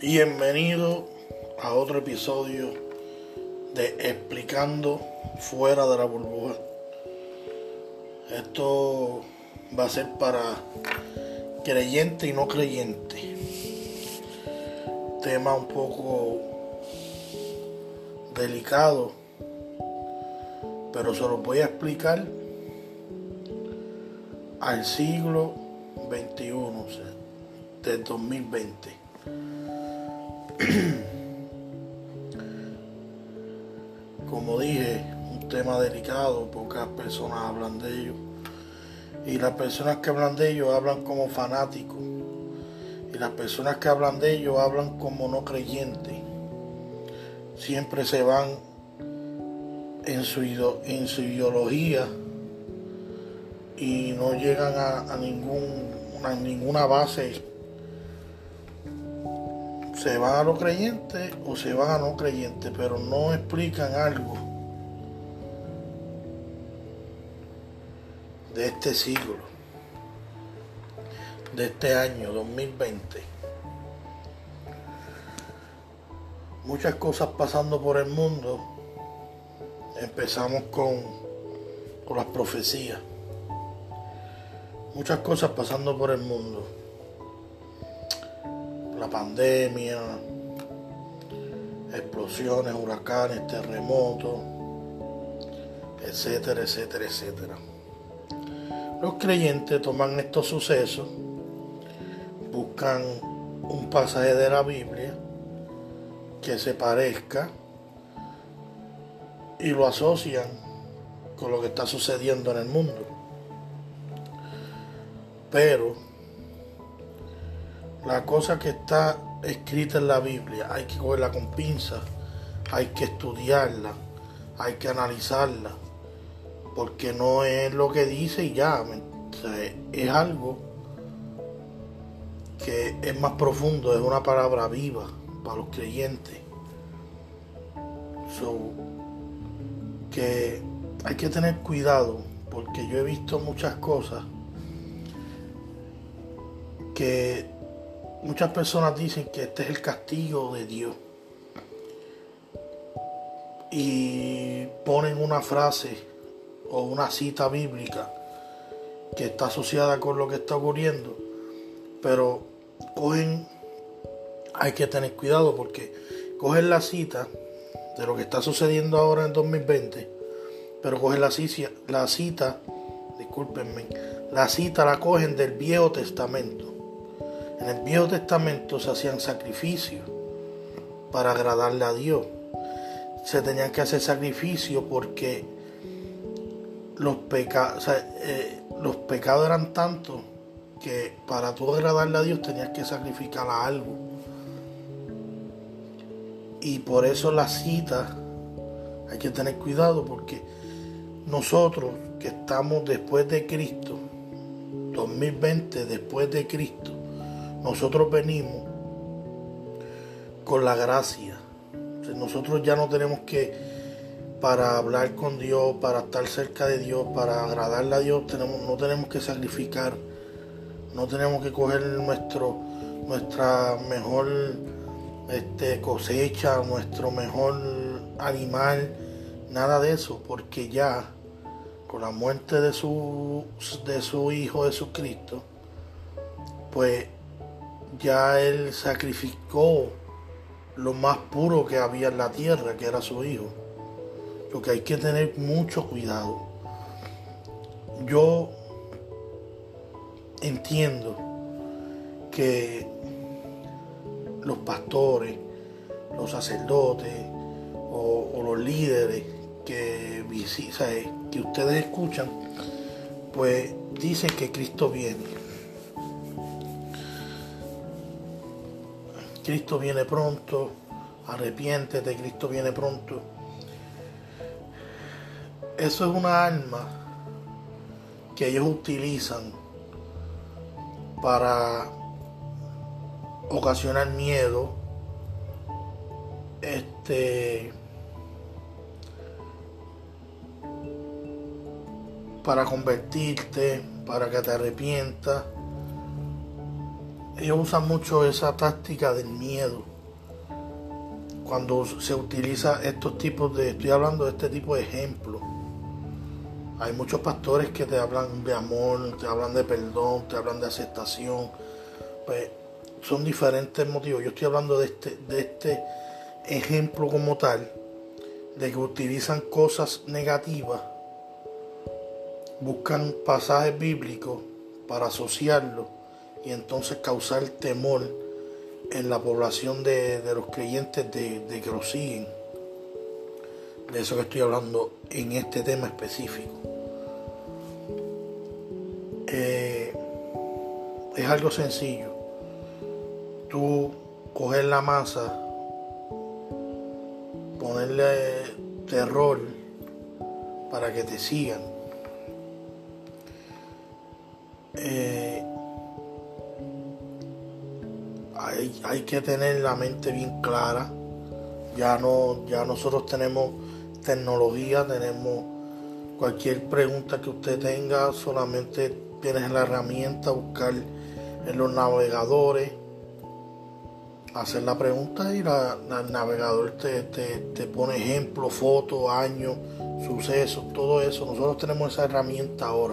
Bienvenido a otro episodio de Explicando Fuera de la Burbuja. Esto va a ser para creyente y no creyente. Tema un poco delicado, pero se lo voy a explicar al siglo XXI, o sea, del 2020. Como dije, un tema delicado, pocas personas hablan de ello, y las personas que hablan de ello hablan como fanáticos, y las personas que hablan de ello hablan como no creyentes. Siempre se van en su ideología y no llegan a ninguna base. Se van a los creyentes o se van a no creyentes, pero no explican algo de este siglo, de este año 2020. Muchas cosas pasando por el mundo. Empezamos con las profecías. Muchas cosas pasando por el mundo. La pandemia, explosiones, huracanes, terremotos, etcétera, etcétera, etcétera. Los creyentes toman estos sucesos, buscan un pasaje de la Biblia que se parezca y lo asocian con lo que está sucediendo en el mundo. Pero la cosa que está escrita en la Biblia hay que cogerla con pinzas, hay que estudiarla, hay que analizarla, porque no es lo que dice y ya, es algo que es más profundo, es una palabra viva para los creyentes. Que hay que tener cuidado, porque yo he visto muchas cosas que muchas personas dicen que este es el castigo de Dios y ponen una frase o una cita bíblica que está asociada con lo que está ocurriendo, pero hay que tener cuidado porque cogen la cita de lo que está sucediendo ahora en 2020, pero cogen la cita la cogen del Viejo Testamento. En el Viejo Testamento se hacían sacrificios para agradarle a Dios. Se tenían que hacer sacrificios porque los pecados eran tantos que para tú agradarle a Dios tenías que sacrificar a algo. Y por eso la cita hay que tener cuidado, porque nosotros que estamos después de Cristo, 2020 después de Cristo, nosotros venimos con la gracia. Nosotros ya no tenemos que, para hablar con Dios, para estar cerca de Dios, para agradarle a Dios, no tenemos que sacrificar, no tenemos que coger nuestra mejor cosecha, nuestro mejor animal, nada de eso, porque ya con la muerte de su Hijo Jesucristo, pues ya Él sacrificó lo más puro que había en la tierra, que era su Hijo. Lo que hay que tener mucho cuidado. Yo entiendo que los pastores, los sacerdotes o los líderes que ustedes escuchan, pues dicen que Cristo viene. Cristo viene pronto, arrepiéntete, Cristo viene pronto. Eso es una arma que ellos utilizan para ocasionar miedo, para convertirte, para que te arrepientas. Ellos usan mucho esa táctica del miedo. cuando se utiliza estoy hablando de este tipo de ejemplos. Hay muchos pastores que te hablan de amor, te hablan de perdón, te hablan de aceptación. Pues son diferentes motivos. Yo estoy hablando de este ejemplo como tal, de que utilizan cosas negativas, buscan pasajes bíblicos para asociarlos y entonces causar temor en la población de los creyentes de que lo siguen. De eso que estoy hablando en este tema específico. Es algo sencillo. Tú coger la masa, ponerle terror para que te sigan. Hay que tener la mente bien clara. Ya nosotros tenemos tecnología, tenemos cualquier pregunta que usted tenga, solamente tienes la herramienta, buscar en los navegadores, hacer la pregunta y el navegador te pone ejemplos, fotos, años, sucesos, todo eso. Nosotros tenemos esa herramienta ahora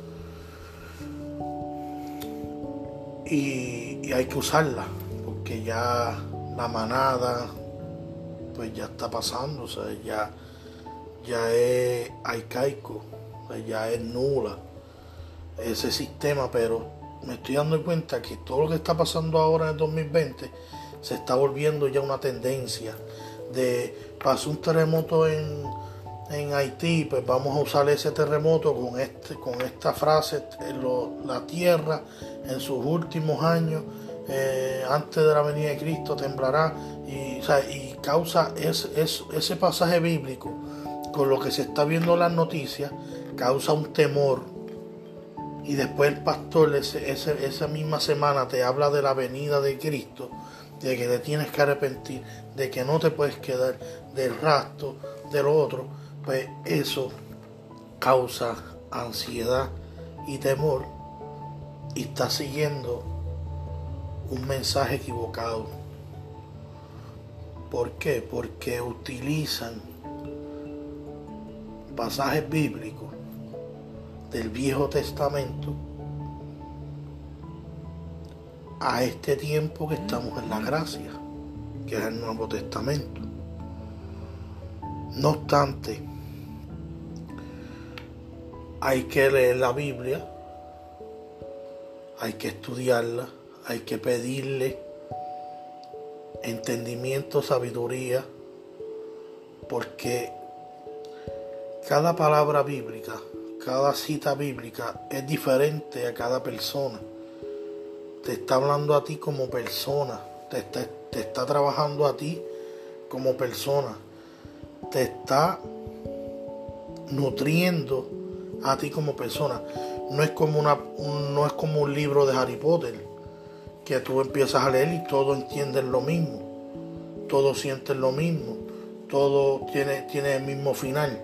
y hay que usarla, porque ya la manada pues ya está pasando, o sea, ya es arcaico, o sea, ya es nula ese sistema. Pero me estoy dando cuenta que todo lo que está pasando ahora en el 2020 se está volviendo ya una tendencia. Pasó un terremoto en Haití, pues vamos a usar ese terremoto con esta frase: la tierra en sus últimos años, antes de la venida de Cristo, temblará. Y causa ese pasaje bíblico con lo que se está viendo en las noticias, causa un temor. Y después el pastor esa misma semana te habla de la venida de Cristo, de que te tienes que arrepentir, de que no te puedes quedar del rastro, de lo otro. Pues eso causa ansiedad y temor, y está siguiendo un mensaje equivocado. ¿Por qué? Porque utilizan pasajes bíblicos del Viejo Testamento a este tiempo que estamos en la gracia, que es el Nuevo Testamento. No obstante, hay que leer la Biblia, hay que estudiarla, hay que pedirle entendimiento, sabiduría, porque cada palabra bíblica, cada cita bíblica es diferente a cada persona. Te está hablando a ti como persona, te está trabajando a ti como persona, te está nutriendo a ti como persona. No es como un libro de Harry Potter, que tú empiezas a leer y todos entienden lo mismo, todos sienten lo mismo, todo tiene el mismo final.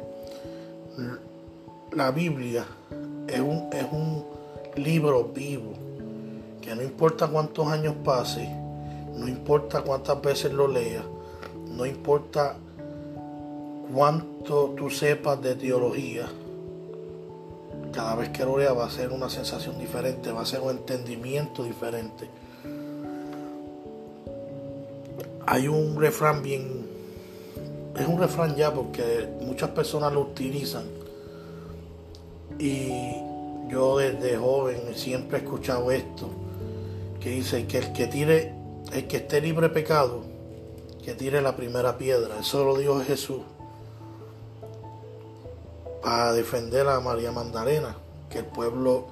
La Biblia es un libro vivo, que no importa cuántos años pase, no importa cuántas veces lo leas, no importa cuánto tú sepas de teología, cada vez que lo leas va a ser una sensación diferente, va a ser un entendimiento diferente. Hay un refrán es un refrán ya, porque muchas personas lo utilizan, y yo desde joven siempre he escuchado esto, que dice que el que esté libre de pecado, que tire la primera piedra. Eso lo dijo Jesús para defender a María Magdalena, que el pueblo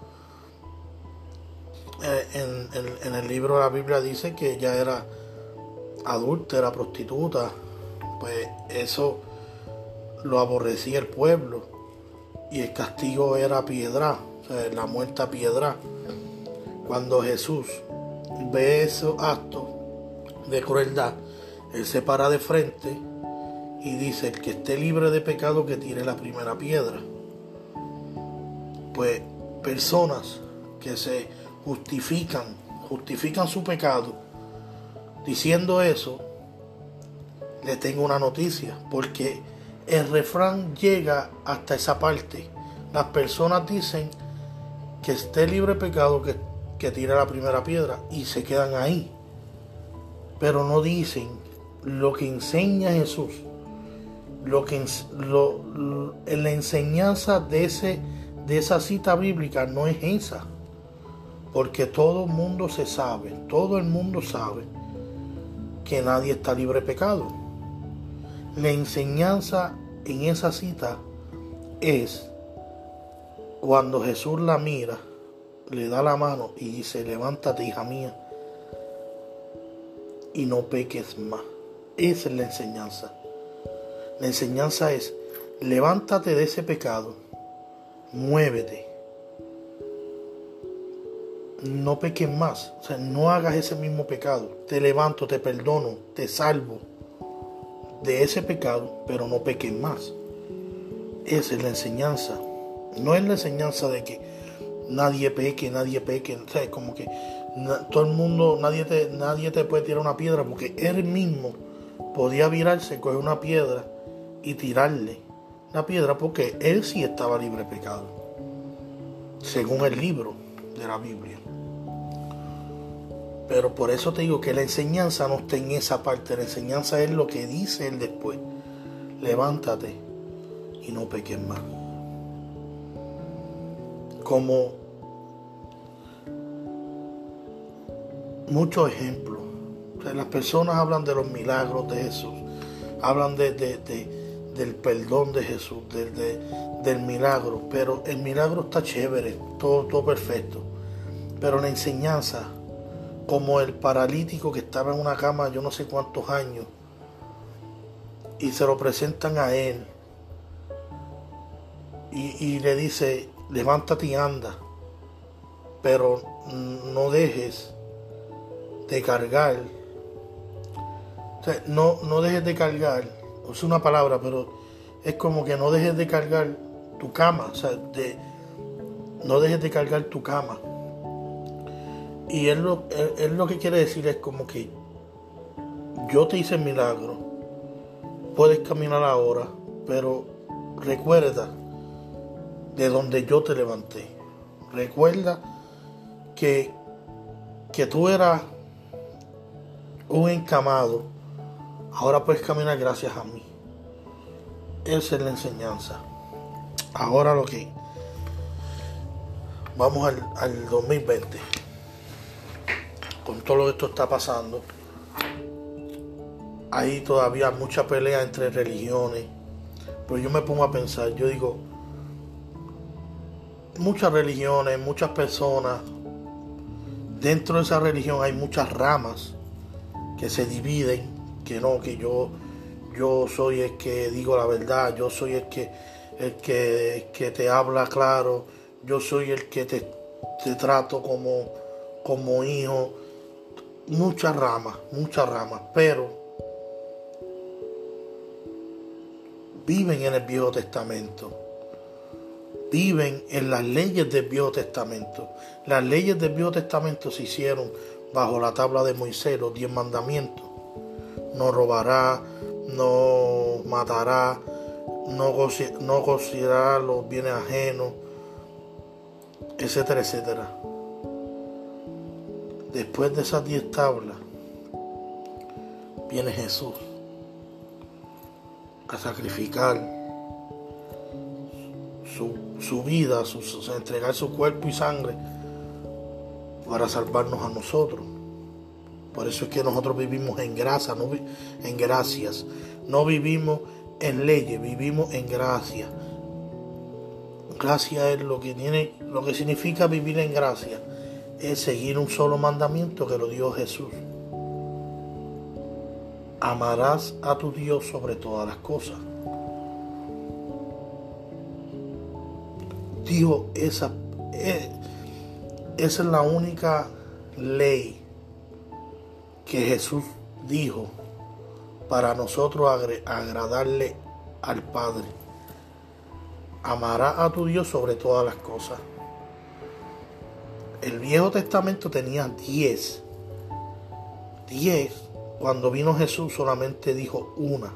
en el libro de la Biblia dice que ella era adúltera, prostituta. Pues eso lo aborrecía el pueblo, y el castigo era piedra, o sea, la muerte a piedra. Cuando Jesús ve esos actos de crueldad, él se para de frente y dice: el que esté libre de pecado, que tire la primera piedra. Pues personas que se justifican su pecado diciendo eso, le tengo una noticia, porque el refrán llega hasta esa parte. Las personas dicen que esté libre de pecado, que tire la primera piedra, y se quedan ahí. Pero no dicen lo que enseña Jesús, en la enseñanza de esa cita bíblica no es esa. Porque todo el mundo sabe que nadie está libre de pecado. La enseñanza en esa cita es cuando Jesús la mira, le da la mano y dice: levántate, hija mía, y no peques más. Esa es la enseñanza. La enseñanza es: levántate de ese pecado, muévete, no peques más. O sea, no hagas ese mismo pecado. Te levanto, te perdono, te salvo de ese pecado, pero no peques más. Esa es la enseñanza. No es la enseñanza de que nadie peque. O sea, como que todo el mundo, nadie te puede tirar una piedra, porque él mismo podía virarse, coger una piedra y tirarle la piedra, porque él sí estaba libre de pecado, según el libro de la Biblia. Pero por eso te digo que la enseñanza no está en esa parte. La enseñanza es lo que dice él después: levántate y no peques más. Como muchos ejemplos. O sea, las personas hablan de los milagros de Jesús, hablan del perdón de Jesús, del milagro, pero el milagro está chévere, todo perfecto. Pero la enseñanza, como el paralítico que estaba en una cama yo no sé cuántos años, y se lo presentan a él, y le dice: levántate y anda, pero no dejes de cargar. O sea, no dejes de cargar, es una palabra, pero es como que no dejes de cargar tu cama. O sea, no dejes de cargar tu cama. Y él lo que quiere decir es como que yo te hice el milagro, puedes caminar ahora, pero recuerda de donde yo te levanté. Recuerda que tú eras un encamado, ahora puedes caminar gracias a mí. Esa es la enseñanza. Ahora vamos al 2020. Con todo lo que esto está pasando, hay todavía mucha pelea entre religiones. Pero yo me pongo a pensar, yo digo, muchas religiones, muchas personas, dentro de esa religión hay muchas ramas que se dividen, que yo soy el que digo la verdad, yo soy el que te habla claro, yo soy el que te trato como hijo. Muchas ramas, pero viven en el Viejo Testamento, viven en las leyes del Viejo Testamento. Las leyes del Viejo Testamento se hicieron bajo la tabla de Moisés, los 10 mandamientos: no robará, no matará, no gozará los bienes ajenos, etcétera, etcétera. Después de esas 10 tablas viene Jesús a sacrificar su vida, a entregar su cuerpo y sangre para salvarnos a nosotros. Por eso es que nosotros vivimos en gracia, en gracias. No vivimos en leyes, vivimos en gracia. Gracia es lo que significa vivir en gracia. Es seguir un solo mandamiento que lo dio Jesús: amarás a tu Dios sobre todas las cosas. Dijo, esa es la única ley que Jesús dijo para nosotros agradarle al Padre. Amarás a tu Dios sobre todas las cosas. El Viejo Testamento tenía 10 cuando vino Jesús solamente dijo una.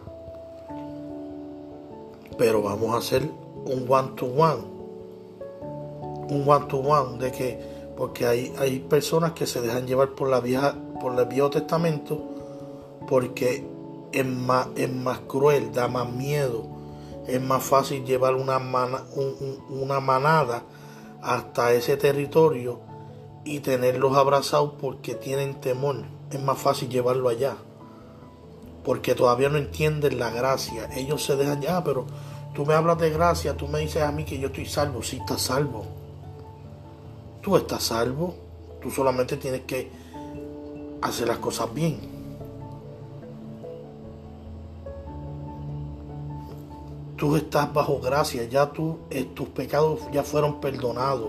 Pero vamos a hacer un one-to-one. Un one-to-one de que, porque hay personas que se dejan llevar por el Viejo Testamento porque es más cruel, da más miedo. Es más fácil llevar una manada hasta ese territorio y tenerlos abrazados porque tienen temor. Es más fácil llevarlo allá porque todavía no entienden la gracia. Ellos se dejan ya, pero tú me hablas de gracia, tú me dices a mí que yo estoy salvo. Sí, estás salvo. Tú estás salvo. Tú solamente tienes que hacer las cosas bien. Tú estás bajo gracia, ya tus pecados ya fueron perdonados.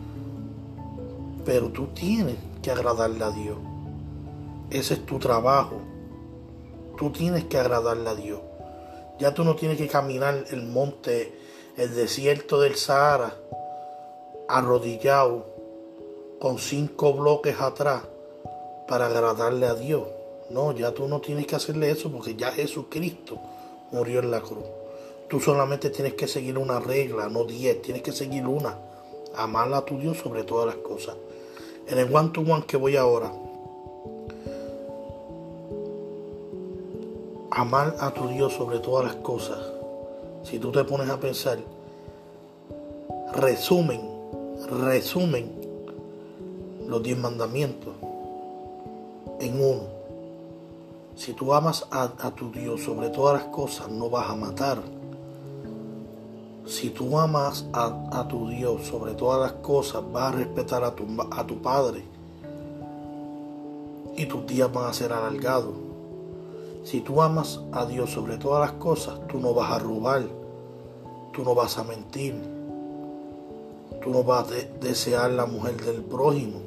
Pero tú tienes que agradarle a Dios. Ese es tu trabajo. Tú tienes que agradarle a Dios. Ya tú no tienes que caminar el monte, el desierto del Sahara, arrodillado, con 5 bloques atrás, para agradarle a Dios. No, ya tú no tienes que hacerle eso porque ya Jesucristo murió en la cruz. Tú solamente tienes que seguir una regla, no 10, tienes que seguir una. Amar a tu Dios sobre todas las cosas. En el one-to-one que voy ahora, amar a tu Dios sobre todas las cosas. Si tú te pones a pensar, resumen los 10 mandamientos en uno. Si tú amas a tu Dios sobre todas las cosas, no vas a matar. Si tú amas a tu Dios sobre todas las cosas, vas a respetar a tu padre y tus días van a ser alargados. Si tú amas a Dios sobre todas las cosas, tú no vas a robar, tú no vas a mentir, tú no vas a desear la mujer del prójimo.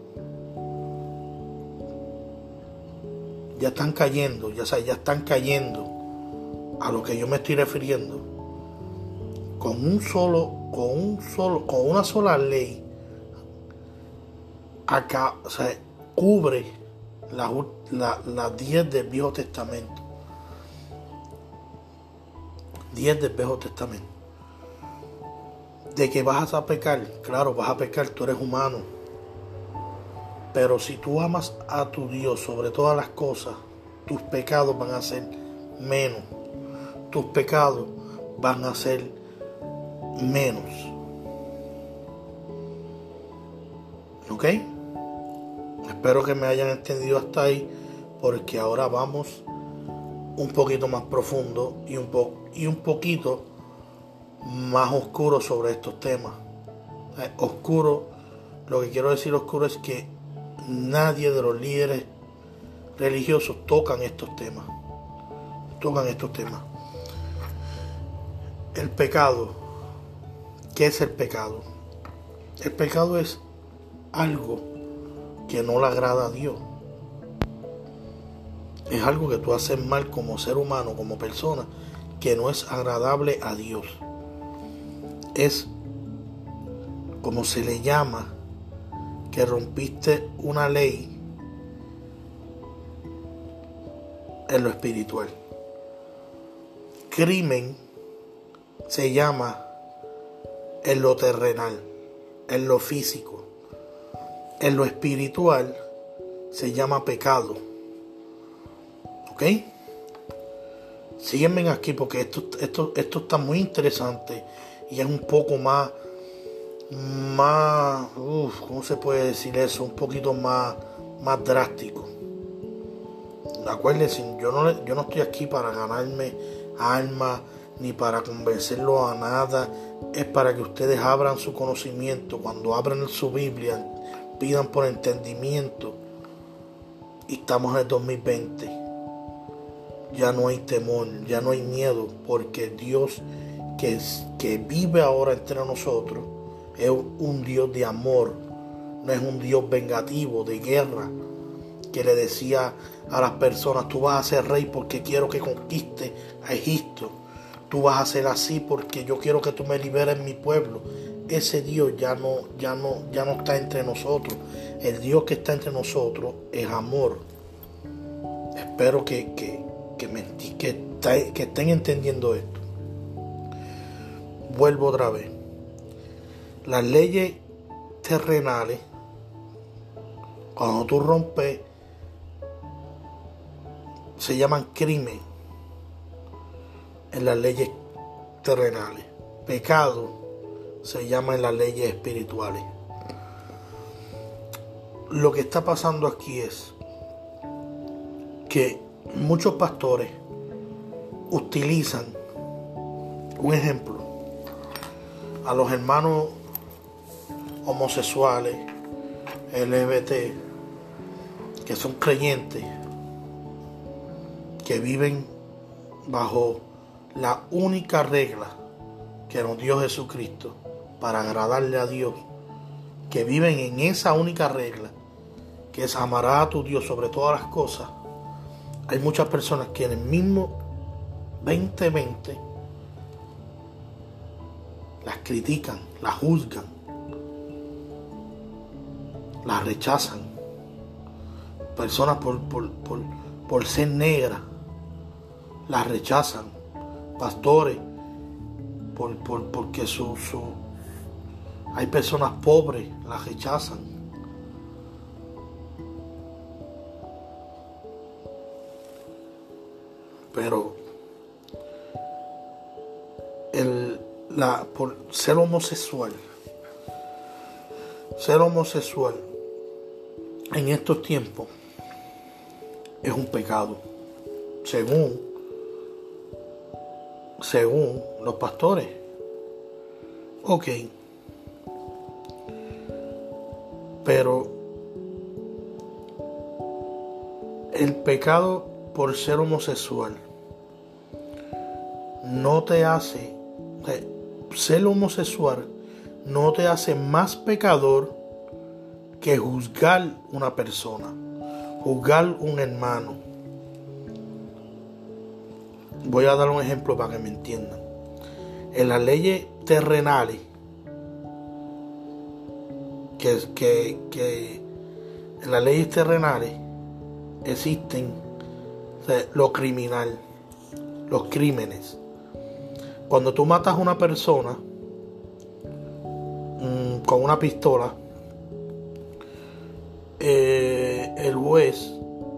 Ya están cayendo, ya están cayendo a lo que yo me estoy refiriendo. Con una sola ley, acá, cubre las 10 del Viejo Testamento. 10 del Viejo Testamento. De que vas a pecar, claro, vas a pecar, tú eres humano. Pero si tú amas a tu Dios sobre todas las cosas, tus pecados van a ser menos. Tus pecados van a ser menos. ¿Ok? Espero que me hayan entendido hasta ahí, porque ahora vamos un poquito más profundo y un poquito más oscuro sobre estos temas. Oscuro, lo que quiero decir oscuro es que nadie de los líderes religiosos tocan estos temas. El pecado. ¿Qué es el pecado? El pecado es algo que no le agrada a Dios. Es algo que tú haces mal como ser humano, como persona, que no es agradable a Dios. Es, como se le llama, que rompiste una ley en lo espiritual. Crimen se llama en lo terrenal, en lo físico. En lo espiritual se llama pecado. ¿Ok? Sígueme aquí porque esto está muy interesante y es un poco más, ¿cómo se puede decir eso? Un poquito más drástico. Acuérdense, yo no estoy aquí para ganarme alma ni para convencerlo a nada. Es para que ustedes abran su conocimiento. Cuando abran su Biblia, pidan por entendimiento. Y estamos en el 2020. Ya no hay temor, ya no hay miedo, porque Dios que vive ahora entre nosotros es un Dios de amor. No es un Dios vengativo, de guerra, que le decía a las personas: tú vas a ser rey porque quiero que conquiste a Egipto. Tú vas a ser así porque yo quiero que tú me liberes mi pueblo. Ese Dios ya no está entre nosotros. El Dios que está entre nosotros es amor, es Espero que estén entendiendo esto. Vuelvo otra vez. Las leyes terrenales, cuando tú rompes, se llaman crimen en las leyes terrenales. Pecado se llama en las leyes espirituales. Lo que está pasando aquí es que muchos pastores utilizan, un ejemplo, a los hermanos homosexuales, LGBT, que son creyentes, que viven bajo la única regla que nos dio Jesucristo para agradarle a Dios, que viven en esa única regla, que es amarás a tu Dios sobre todas las cosas. Hay muchas personas que en el mismo 2020 las critican, las juzgan, las rechazan. Personas por ser negras las rechazan. Pastores porque hay personas pobres, las rechazan. Pero por ser homosexual en estos tiempos es un pecado, según los pastores. Ok, pero el pecado por ser homosexual no te hace, ser homosexual no te hace más pecador que juzgar una persona, juzgar un hermano. Voy a dar un ejemplo para que me entiendan. En las leyes terrenales, que en las leyes terrenales existen lo criminal, los crímenes. Cuando tú matas a una persona con una pistola, el juez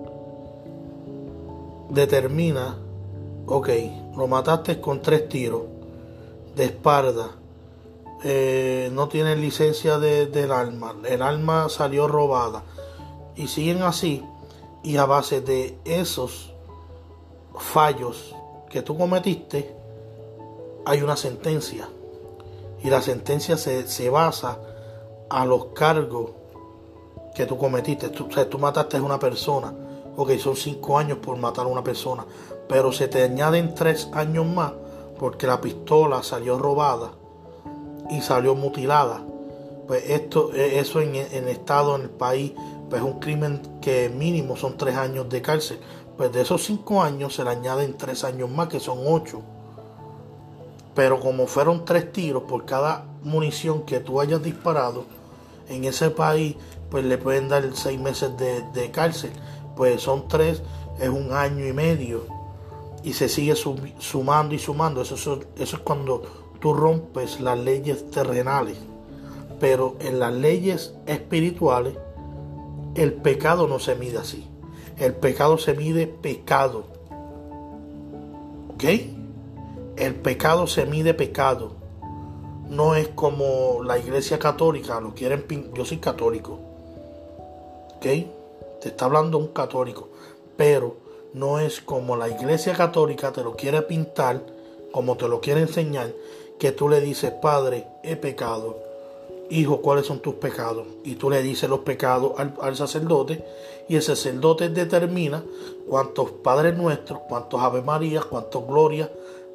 determina, ok, lo mataste con 3 tiros de espalda, no tienes licencia del arma, el arma salió robada, y siguen así, y a base de esos fallos que tú cometiste hay una sentencia, y la sentencia se basa a los cargos que tú cometiste. Tú mataste a una persona, ok, son 5 años por matar a una persona, pero se te añaden 3 años más porque la pistola salió robada y salió mutilada. Pues eso en el estado, en el país, pues es un crimen que mínimo son 3 años de cárcel. Pues de esos 5 años se le añaden 3 años más, que son 8. Pero como fueron 3 tiros por cada munición que tú hayas disparado, en ese país pues le pueden dar 6 meses de cárcel. Pues son 3, es 1 año y medio, y se sigue sumando y sumando. Eso es cuando tú rompes las leyes terrenales. Pero en las leyes espirituales el pecado no se mide así. El pecado se mide pecado. ¿Ok? El pecado se mide pecado. No es como la iglesia católica lo quieren. Yo soy católico, ¿ok? Te está hablando un católico, pero no es como la iglesia católica te lo quiere pintar, como te lo quiere enseñar, que tú le dices: Padre, he pecado. Hijo, ¿cuáles son tus pecados? Y tú le dices los pecados al sacerdote, y el sacerdote determina cuántos Padres Nuestros, cuántos Ave María, cuántos gloria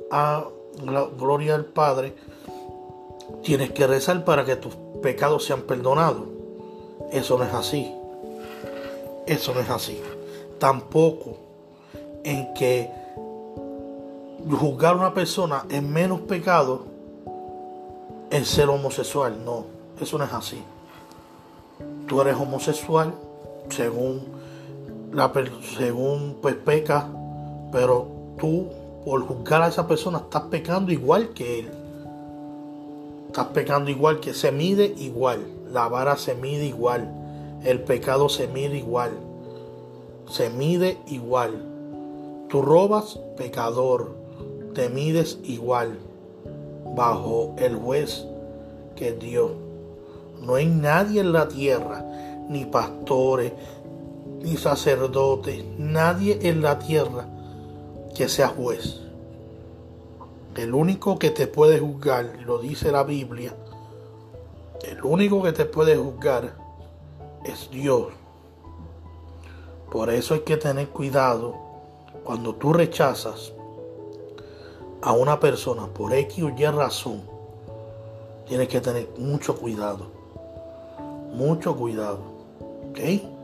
al Padre tienes que rezar para que tus pecados sean perdonados. Eso no es así. Eso no es así. Tampoco en que juzgar a una persona es menos pecado el ser homosexual. No, eso no es así. Tú eres homosexual según según pues peca, pero tú por juzgar a esa persona estás pecando igual que él. Estás pecando igual, que se mide igual. La vara se mide igual. El pecado se mide igual. Se mide igual. Tú robas, pecador. Te mides igual. Bajo el juez que es Dios. No hay nadie en la tierra, ni pastores, ni sacerdotes, nadie en la tierra que sea juez. El único que te puede juzgar, lo dice la Biblia, el único que te puede juzgar es Dios. Por eso hay que tener cuidado cuando tú rechazas a una persona por X o Y razón. Tienes que tener mucho cuidado. Mucho cuidado. ¿Ok?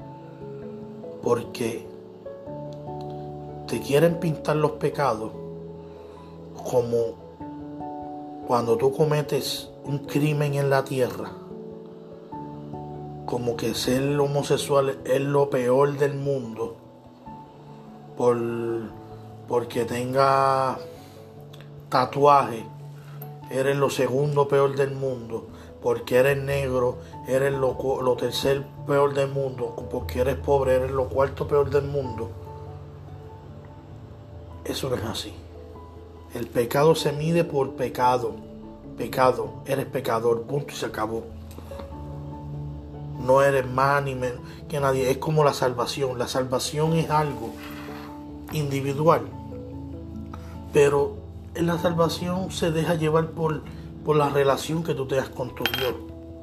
Porque te quieren pintar los pecados como cuando tú cometes un crimen en la tierra, como que ser homosexual es lo peor del mundo porque tenga tatuaje, eres lo segundo peor del mundo, porque eres negro eres lo tercer peor del mundo, porque eres pobre eres lo cuarto peor del mundo. Eso no es así. El pecado se mide por pecado. Pecado, eres pecador, punto, y se acabó. No eres más ni menos que nadie. Es como la salvación. La salvación es algo individual. Pero en la salvación se deja llevar por la relación que tú tengas con tu Dios.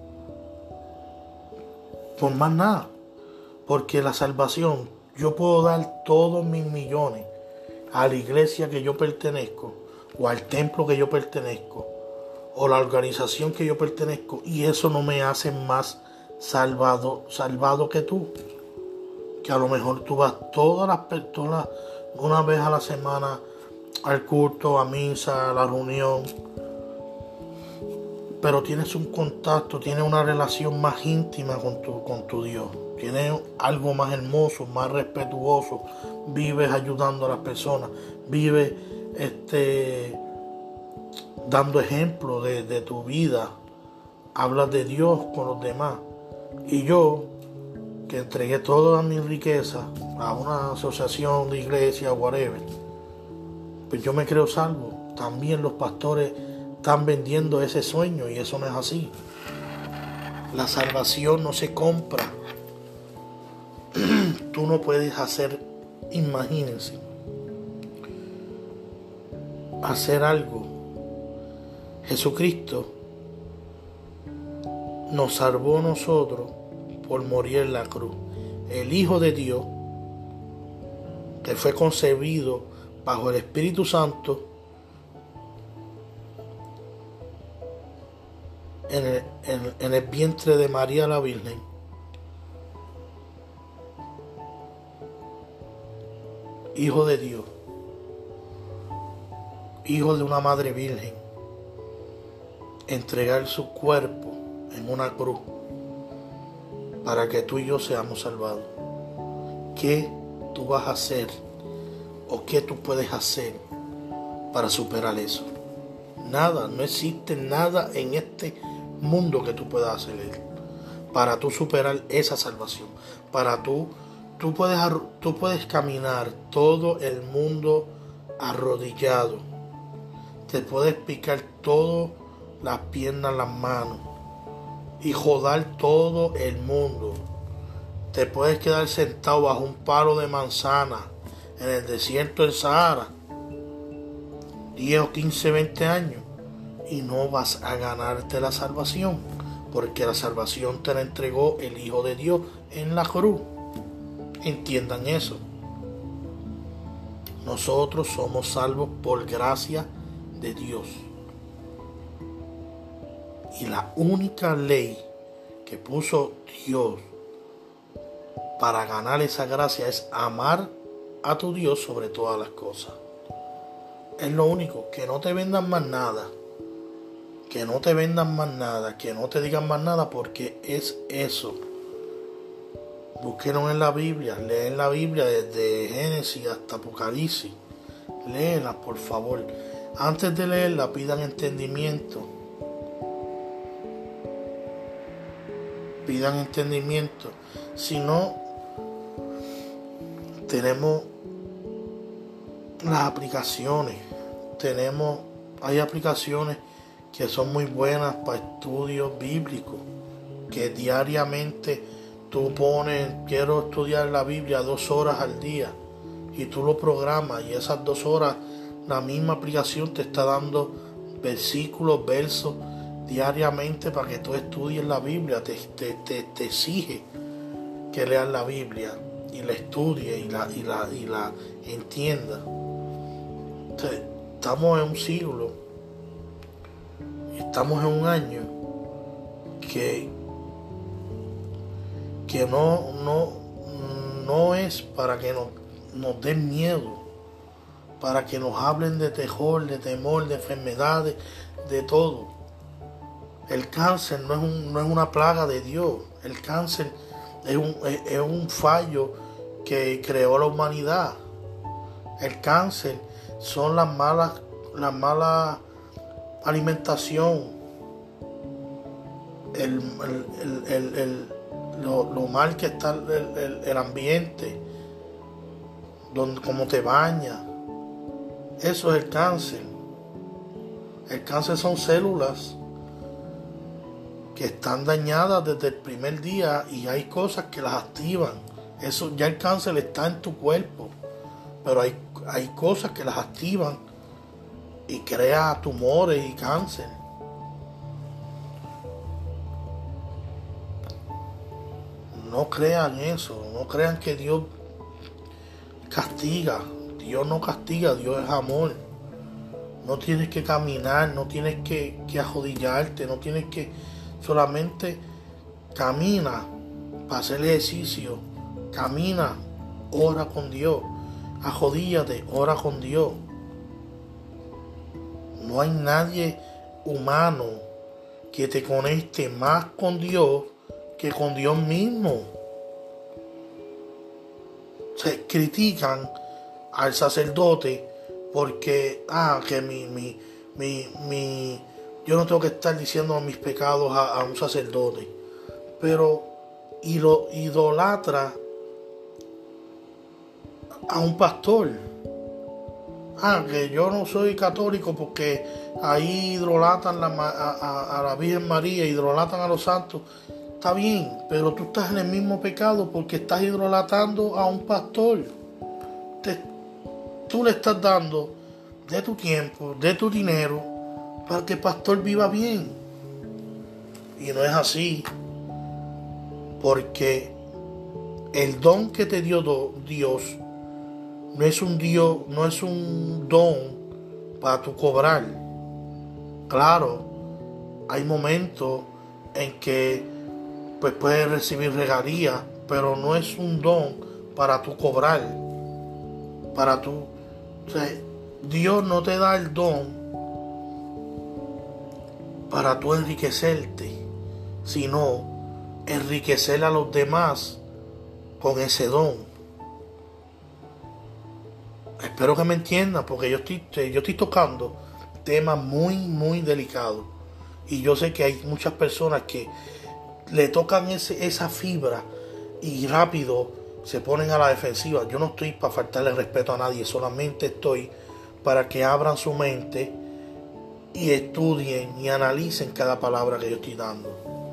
Por más nada. Porque la salvación, yo puedo dar todos mis millones a la iglesia que yo pertenezco, o al templo que yo pertenezco, o la organización que yo pertenezco, y eso no me hace más salvado que tú. Que a lo mejor tú vas todas las personas una vez a la semana al culto, a misa, a la reunión, pero tienes un contacto, tienes una relación más íntima con tu Dios, tienes algo más hermoso, más respetuoso, vives ayudando a las personas, vives dando ejemplo de tu vida, hablas de Dios con los demás. Y yo, que entregué toda mi riqueza a una asociación de iglesia, whatever, pues yo me creo salvo. También los pastores están vendiendo ese sueño y eso no es así. La salvación no se compra. Tú no puedes hacer, imagínense, hacer algo. Jesucristo nos salvó a nosotros por morir en la cruz. El Hijo de Dios, que fue concebido bajo el Espíritu Santo en el vientre de María la Virgen, Hijo de Dios, Hijo de una Madre Virgen, entregar su cuerpo en una cruz para que tú y yo seamos salvados. ¿Qué tú vas a hacer o qué tú puedes hacer para superar eso? Nada, no existe nada en este mundo que tú puedas hacer para tú superar esa salvación. Para tú puedes caminar todo el mundo arrodillado, te puedes picar todo las piernas, las manos y jodar todo el mundo. Te puedes quedar sentado bajo un palo de manzana en el desierto del Sahara 10 o 15, 20 años y no vas a ganarte la salvación, porque la salvación te la entregó el Hijo de Dios en la cruz. Entiendan eso. Nosotros somos salvos por gracia de Dios. Y la única ley que puso Dios para ganar esa gracia es amar a tu Dios sobre todas las cosas. Es lo único. Que no te vendan más nada. Que no te vendan más nada. Que no te digan más nada, porque es eso. Búsquenos en la Biblia, leen la Biblia desde Génesis hasta Apocalipsis. Léela, por favor. Antes de leerla, pidan entendimiento. Pidan entendimiento. Si no, tenemos las aplicaciones. Hay aplicaciones que son muy buenas para estudios bíblicos, que diariamente tú pones, quiero estudiar la Biblia 2 horas al día, y tú lo programas, y esas 2 horas la misma aplicación te está dando versículos, versos diariamente para que tú estudies la Biblia. Te exige que leas la Biblia y la estudies y la entiendas. Entonces, estamos en un siglo, estamos en un año que no es para que nos den miedo, para que nos hablen de terror, de temor, de enfermedades, de todo. El cáncer no es una plaga de Dios. El cáncer es un fallo que creó la humanidad. El cáncer son la mala alimentación, lo mal que está el ambiente, cómo te bañas. Eso es el cáncer. El cáncer son células que están dañadas desde el primer día, y hay cosas que las activan. Eso, ya el cáncer está en tu cuerpo, pero hay cosas que las activan y crea tumores y cáncer. No crean eso, no crean que Dios castiga. Dios no castiga, Dios es amor. No tienes que caminar, no tienes que arrodillarte, no tienes que, solamente camina para hacer ejercicio, camina, ora con Dios, arrodíllate, ora con Dios. No hay nadie humano que te conecte más con Dios que con Dios mismo. Se critican al sacerdote porque que yo no tengo que estar diciendo mis pecados a un sacerdote, pero idolatra a un pastor. Que yo no soy católico porque ahí idolatran a la Virgen María, idolatran a los santos. Está bien, pero tú estás en el mismo pecado porque estás idolatrando a un pastor. Tú le estás dando de tu tiempo, de tu dinero, para que el pastor viva bien. Y no es así, porque el don que te dio Dios no es un don para tu cobrar. Claro, hay momentos en que pues puedes recibir regalías, pero no es un don para tu cobrar, para tu, o sea, Dios no te da el don para tú enriquecerte, sino enriquecer a los demás con ese don. Espero que me entiendan, porque yo estoy tocando temas muy, muy delicados. Y yo sé que hay muchas personas que le tocan esa fibra y rápido se ponen a la defensiva. Yo no estoy para faltarle respeto a nadie, solamente estoy para que abran su mente y estudien y analicen cada palabra que yo estoy dando.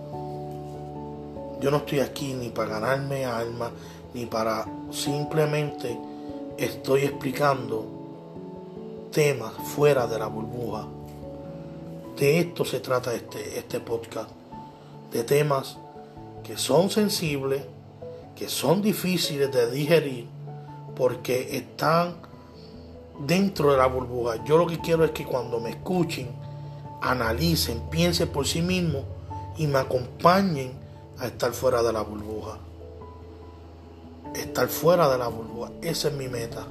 Yo no estoy aquí ni para ganarme alma, ni para, simplemente estoy explicando temas fuera de la burbuja. De esto se trata este podcast, de temas que son sensibles, que son difíciles de digerir, porque están dentro de la burbuja. Yo lo que quiero es que cuando me escuchen, analicen, piensen por sí mismos y me acompañen a estar fuera de la burbuja. Estar fuera de la burbuja, esa es mi meta.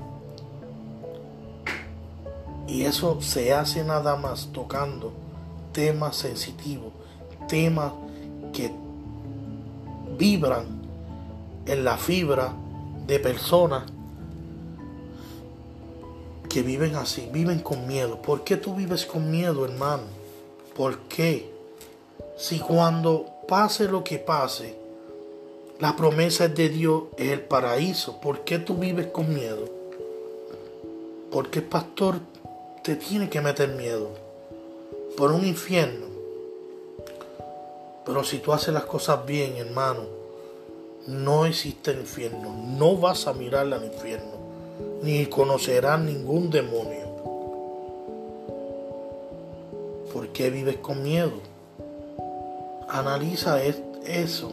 Y eso se hace nada más tocando temas sensitivos, temas que vibran en la fibra de personas que viven así, viven con miedo. ¿Por qué tú vives con miedo, hermano? ¿Por qué? Si cuando pase lo que pase, la promesa es de Dios, es el paraíso. ¿Por qué tú vives con miedo? Porque el pastor te tiene que meter miedo por un infierno. Pero si tú haces las cosas bien, hermano, no existe el infierno. No vas a mirar al infierno, ni conocerás ningún demonio. ¿Por qué vives con miedo? Analiza eso.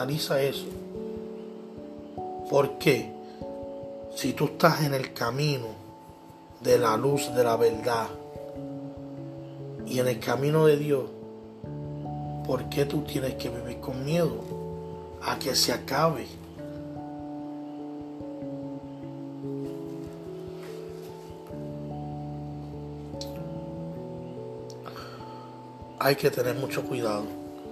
¿Por qué? Si tú estás en el camino de la luz de la verdad y en el camino de Dios, ¿por qué tú tienes que vivir con miedo a que se acabe? Hay que tener mucho cuidado.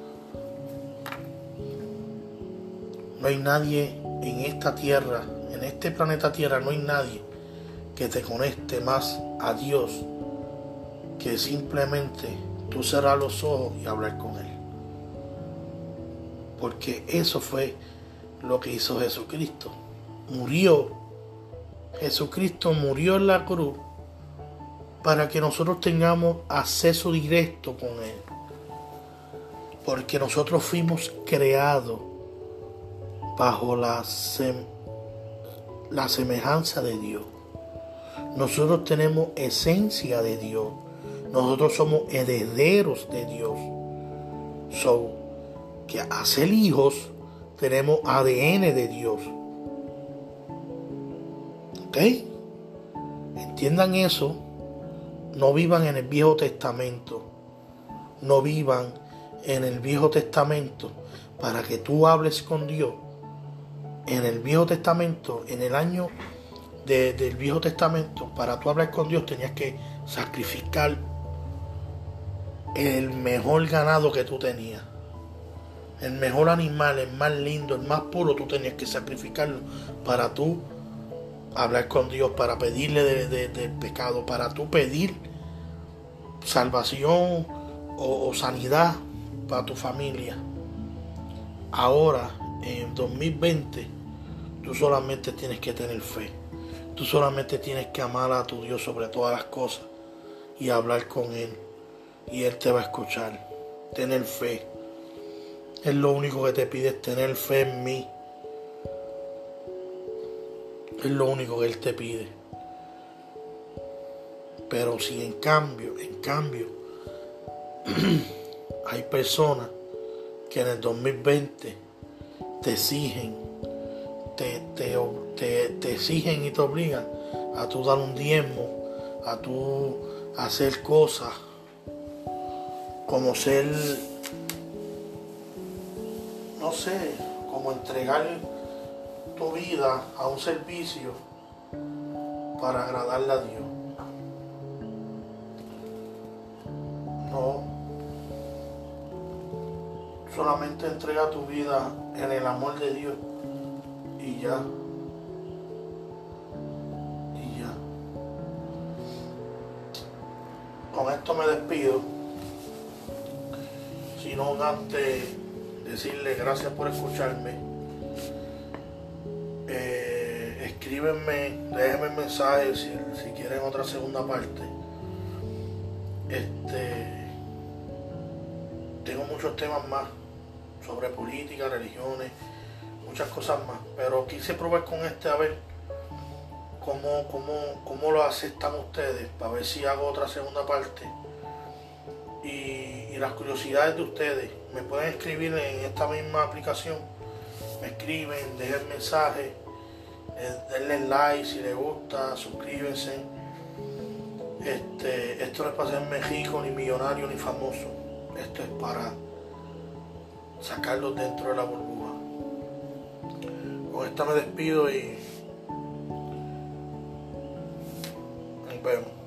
No hay nadie en esta tierra, en este planeta Tierra, no hay nadie que te conecte más a Dios que simplemente tú cerrar los ojos y hablar con Él. Porque eso fue lo que hizo Jesucristo. Jesucristo murió en la cruz para que nosotros tengamos acceso directo con Él. Porque nosotros fuimos creados bajo la semejanza de Dios. Nosotros tenemos esencia de Dios. Nosotros somos herederos de Dios. Que a ser hijos tenemos ADN de Dios. ¿Ok? Entiendan eso. No vivan en el Viejo Testamento. No vivan en el Viejo Testamento para que tú hables con Dios. En el Viejo Testamento, en el año del Viejo Testamento, para tú hablar con Dios tenías que sacrificar el mejor ganado que tú tenías. El mejor animal, el más lindo, el más puro, tú tenías que sacrificarlo para tú hablar con Dios, para pedirle del pecado, para tú pedir salvación o sanidad para tu familia. Ahora, en 2020, tú solamente tienes que tener fe. Tú solamente tienes que amar a tu Dios sobre todas las cosas y hablar con Él. Y Él te va a escuchar. Tener fe. Él lo único que te pide es tener fe en mí. Es lo único que Él te pide. Pero si en cambio, hay personas que en el 2020 te exigen, te exigen y te obligan a tú dar un diezmo, a tú hacer cosas como ser, no sé, como entregar tu vida a un servicio para agradarle a Dios. No, solamente entrega tu vida en el amor de Dios y ya. Con esto me despido, sino antes decirle gracias por escucharme. Escríbenme, déjenme mensaje si quieren otra segunda parte. Tengo muchos temas más sobre política, religiones, muchas cosas más, pero quise probar con a ver cómo lo aceptan ustedes, para ver si hago otra segunda parte. Y las curiosidades de ustedes me pueden escribir en esta misma aplicación. Me escriben, dejen mensaje, denle like si les gusta, suscríbanse. Esto no es para ser rico, ni millonario, ni famoso. Esto es para sacarlos dentro de la burbuja. Con esta me despido y nos vemos.